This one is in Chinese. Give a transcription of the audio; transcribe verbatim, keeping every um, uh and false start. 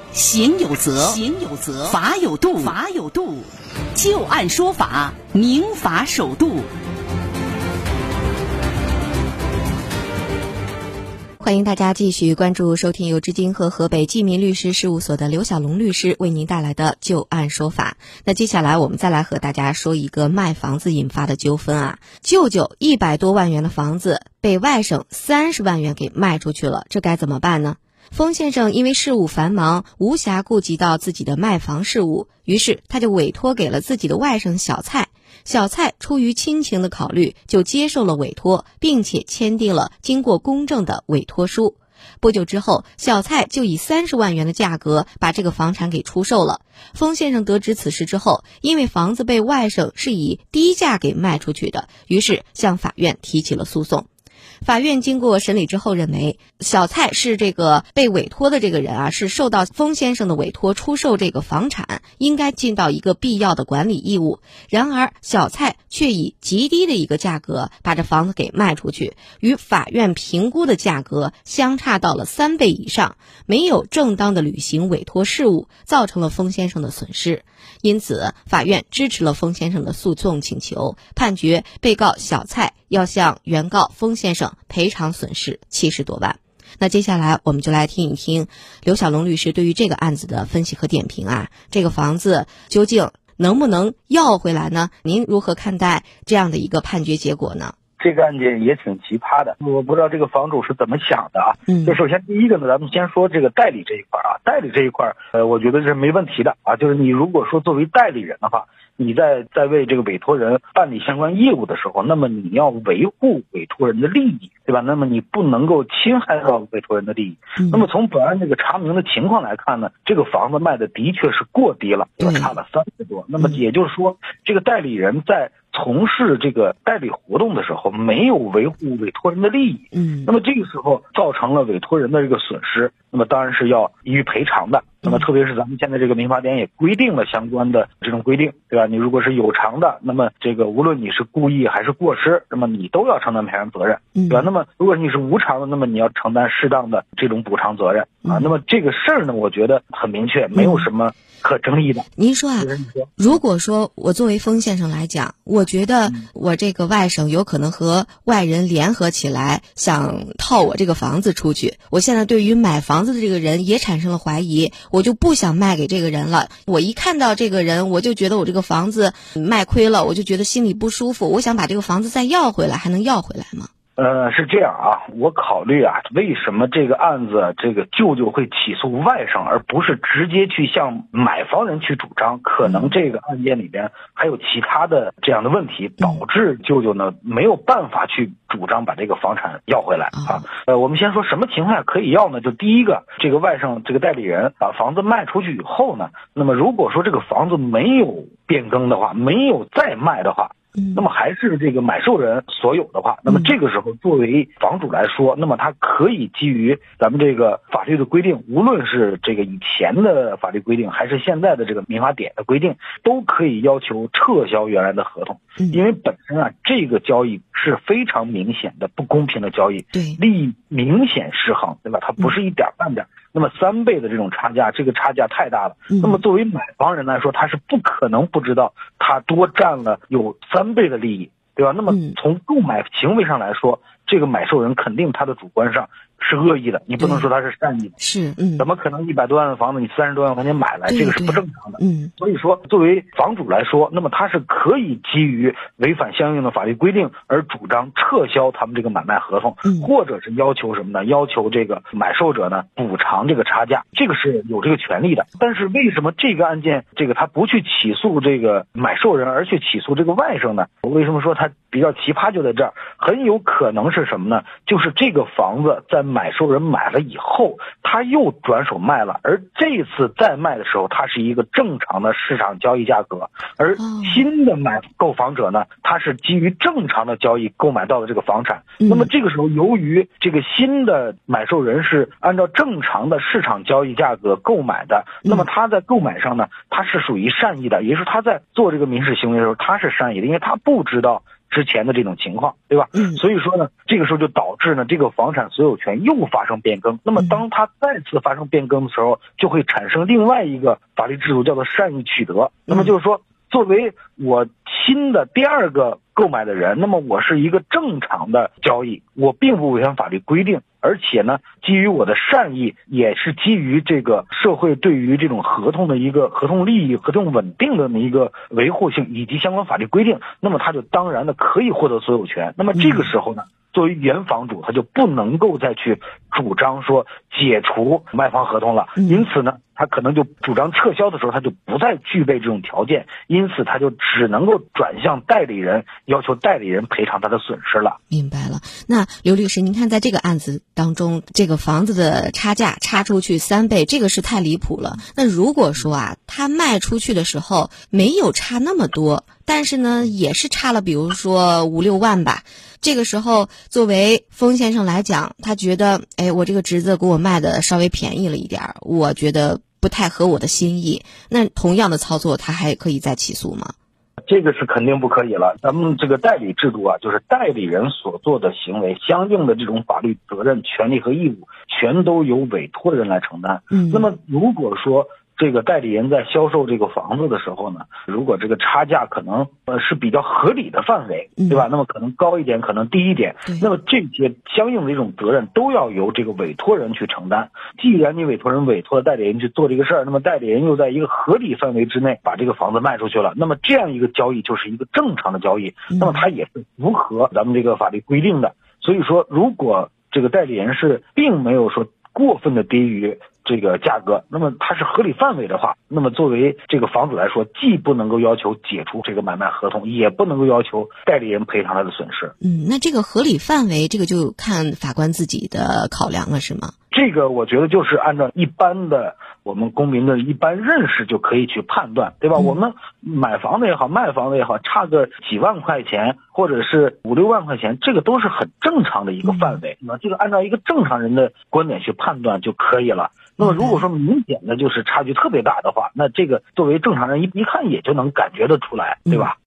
行有责，行有责；法有度，法有度。就案说法，民法守度。 欢迎大家继续关注收听由知金和河北济民律师事务所的刘小龙律师为您带来的就案说法。那接下来我们再来和大家说一个卖房子引发的纠纷啊。舅舅一百多万元的房子被外甥三十万元给卖出去了，这该怎么办呢？封先生因为事务繁忙，无暇顾及到自己的卖房事务，于是他就委托给了自己的外甥小蔡。小蔡出于亲情的考虑，就接受了委托，并且签订了经过公证的委托书。不久之后，小蔡就以三十万元的价格把这个房产给出售了。封先生得知此事之后，因为房子被外甥是以低价给卖出去的，于是向法院提起了诉讼。法院经过审理之后认为，小蔡是这个被委托的这个人啊，是受到封先生的委托出售这个房产，应该尽到一个必要的管理义务。然而小蔡却以极低的一个价格把这房子给卖出去，与法院评估的价格相差到了三倍以上，没有正当的履行委托事务，造成了封先生的损失。因此法院支持了封先生的诉讼请求，判决被告小蔡要向原告封先生赔偿损失七十多万。那接下来我们就来听一听刘小龙律师对于这个案子的分析和点评啊。这个房子究竟能不能要回来呢？您如何看待这样的一个判决结果呢？ 这个案件也挺奇葩的，我不知道这个房主是怎么想的啊。 嗯， 就首先第一个呢，咱们先说这个代理这一块啊，代理这一块，呃，我觉得是没问题的啊。就是你如果说作为代理人的话，你在在为这个委托人办理相关业务的时候，那么你要维护委托人的利益，对吧？那么你不能够侵害到委托人的利益。 嗯、 那么从本案这个查明的情况来看呢，这个房子卖的的确是过低了，要差了三十多。那么也就是说，这个代理人在从事这个代理活动的时候没有维护委托人的利益， 嗯， 那么这个时候造成了委托人的这个损失，那么当然是要予以赔偿的。那么特别是咱们现在这个民法典也规定了相关的这种规定，对吧？你如果是有偿的，那么这个无论你是故意还是过失，那么你都要承担赔偿责任，对吧？那么如果你是无偿的，那么你要承担适当的这种补偿责任啊。那么这个事儿呢，我觉得很明确，没有什么可争议的。 您说啊，如果说我作为封先生来讲，我觉得我这个外甥有可能和外人联合起来想套我这个房子出去，我现在对于买房子的这个人也产生了怀疑，我就不想卖给这个人了。我一看到这个人，我就觉得我这个房子卖亏了，我就觉得心里不舒服，我想把这个房子再要回来，还能要回来吗？ 呃，是这样啊，我考虑啊，为什么这个案子这个舅舅会起诉外甥，而不是直接去向买房人去主张？可能这个案件里边还有其他的这样的问题，导致舅舅呢没有办法去主张把这个房产要回来啊。呃，我们先说什么情况下可以要呢？就第一个，这个外甥这个代理人把房子卖出去以后呢，那么如果说这个房子没有变更的话，没有再卖的话，那么还是这个买受人所有的话，那么这个时候作为房主来说，那么他可以基于咱们这个法律的规定，无论是这个以前的法律规定还是现在的这个民法典的规定，都可以要求撤销原来的合同。因为本身啊，这个交易是非常明显的不公平的交易， 对， 利益明显失衡，对吧？它不是一点半点。那么三倍的这种差价，这个差价太大了。那么作为买房人来说，他是不可能不知道他多占了有三倍的利益，对吧？那么从购买行为上来说，这个买受人肯定他的主观上是恶意的，你不能说他是善意的。 是，嗯， 怎么可能一百多万的房子你三十多万块钱买来，这个是不正常的。 嗯， 所以说作为房主来说，那么他是可以基于违反相应的法律规定而主张撤销他们这个买卖合同， 嗯， 或者是要求什么呢？要求这个买受者呢补偿这个差价，这个是有这个权利的。但是为什么这个案件这个他不去起诉这个买受人，而去起诉这个外甥呢？我为什么说他比较奇葩就在这儿？很有可能是什么呢？就是这个房子在买受人买了以后，他又转手卖了，而这次再卖的时候，它是一个正常的市场交易价格，而新的买购房者呢，他是基于正常的交易购买到的这个房产。那么这个时候，由于这个新的买受人是按照正常的市场交易价格购买的，那么他在购买上呢，他是属于善意的，也就是他在做这个民事行为的时候，他是善意的，因为他不知道之前的这种情况，对吧？ 嗯， 所以说呢，这个时候就导致呢，这个房产所有权又发生变更。那么当它再次发生变更的时候，就会产生另外一个法律制度，叫做善意取得。那么就是说，作为我新的第二个购买的人，那么我是一个正常的交易，我并不违反法律规定，而且呢，基于我的善意，也是基于这个社会对于这种合同的一个合同利益、合同稳定的一个维护性以及相关法律规定，那么他就当然的可以获得所有权。那么这个时候呢，作为原房主，他就不能够再去主张说解除卖房合同了，因此呢，他可能就主张撤销的时候，他就不再具备这种条件，因此他就只能够转向代理人，要求代理人赔偿他的损失了。 明白了。那刘律师，您看在这个案子当中，这个房子的差价差出去三倍，这个是太离谱了。那如果说啊，他卖出去的时候没有差那么多，但是呢，也是差了，比如说五六万吧。这个时候，作为封先生来讲，他觉得，哎，我这个侄子给我卖的稍微便宜了一点，我觉得不太合我的心意。那同样的操作，他还可以再起诉吗？ 这个是肯定不可以了。咱们这个代理制度啊，就是代理人所做的行为，相应的这种法律责任、权利和义务，全都由委托人来承担。嗯，那么如果说这个代理人在销售这个房子的时候呢，如果这个差价可能呃是比较合理的范围，对吧？那么可能高一点，可能低一点，那么这些相应的这种责任都要由这个委托人去承担。既然你委托人委托了代理人去做这个事儿，那么代理人又在一个合理范围之内把这个房子卖出去了，那么这样一个交易就是一个正常的交易，那么它也是符合咱们这个法律规定的。所以说，如果这个代理人是并没有说过分的低于这个价格，那么它是合理范围的话，那么作为这个房主来说，既不能够要求解除这个买卖合同，也不能够要求代理人赔偿他的损失。 嗯，那这个合理范围，这个就看法官自己的考量了，是吗？ 这个我觉得就是按照一般的我们公民的一般认识就可以去判断，对吧？嗯、我们买房子也好，卖房子也好，差个几万块钱或者是五六万块钱，这个都是很正常的一个范围。那、嗯、这个按照一个正常人的观点去判断就可以了。那么如果说明显的就是差距特别大的话，那这个作为正常人一一看也就能感觉得出来，对吧？